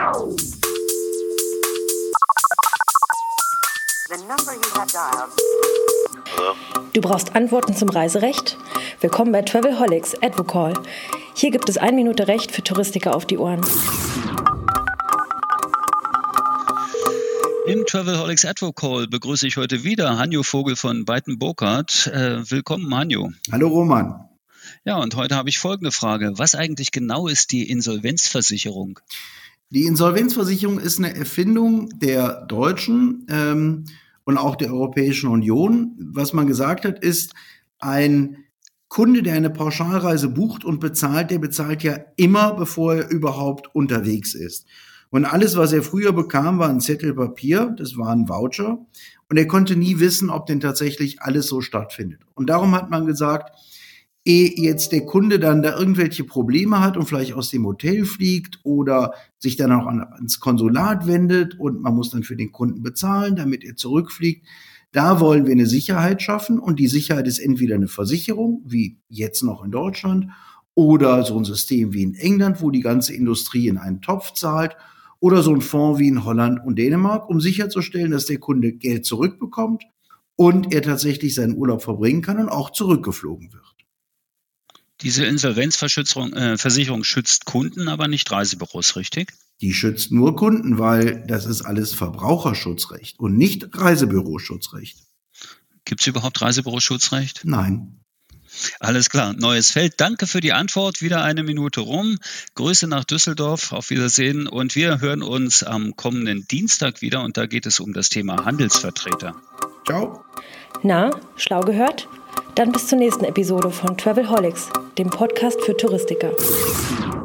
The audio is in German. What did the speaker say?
Du brauchst Antworten zum Reiserecht? Willkommen bei Travelholics Advocall. Hier gibt es 1 Minute Recht für Touristiker auf die Ohren. Im Travelholics Advocall begrüße ich heute wieder Hanjo Vogel von Beiten-Burkhardt. Willkommen, Hanjo. Hallo, Roman. Ja, und heute habe ich folgende Frage. Was eigentlich genau ist die Insolvenzversicherung? Die Insolvenzversicherung ist eine Erfindung der Deutschen und auch der Europäischen Union. Was man gesagt hat, ist, ein Kunde, der eine Pauschalreise bucht und bezahlt, der bezahlt ja immer, bevor er überhaupt unterwegs ist. Und alles, was er früher bekam, war ein Zettel Papier, das war ein Voucher. Und er konnte nie wissen, ob denn tatsächlich alles so stattfindet. Und darum hat man gesagt, ehe jetzt der Kunde dann da irgendwelche Probleme hat und vielleicht aus dem Hotel fliegt oder sich dann auch ans Konsulat wendet und man muss dann für den Kunden bezahlen, damit er zurückfliegt, da wollen wir eine Sicherheit schaffen. Und die Sicherheit ist entweder eine Versicherung, wie jetzt noch in Deutschland, oder so ein System wie in England, wo die ganze Industrie in einen Topf zahlt, oder so ein Fonds wie in Holland und Dänemark, um sicherzustellen, dass der Kunde Geld zurückbekommt und er tatsächlich seinen Urlaub verbringen kann und auch zurückgeflogen wird. Diese Insolvenzversicherung schützt Kunden, aber nicht Reisebüros, richtig? Die schützt nur Kunden, weil das ist alles Verbraucherschutzrecht und nicht Reisebüroschutzrecht. Gibt es überhaupt Reisebüroschutzrecht? Nein. Alles klar, neues Feld. Danke für die Antwort. Wieder 1 Minute rum. Grüße nach Düsseldorf. Auf Wiedersehen. Und wir hören uns am kommenden Dienstag wieder. Und da geht es um das Thema Handelsvertreter. Ciao. Na, schlau gehört? Dann bis zur nächsten Episode von Travelholics, dem Podcast für Touristiker.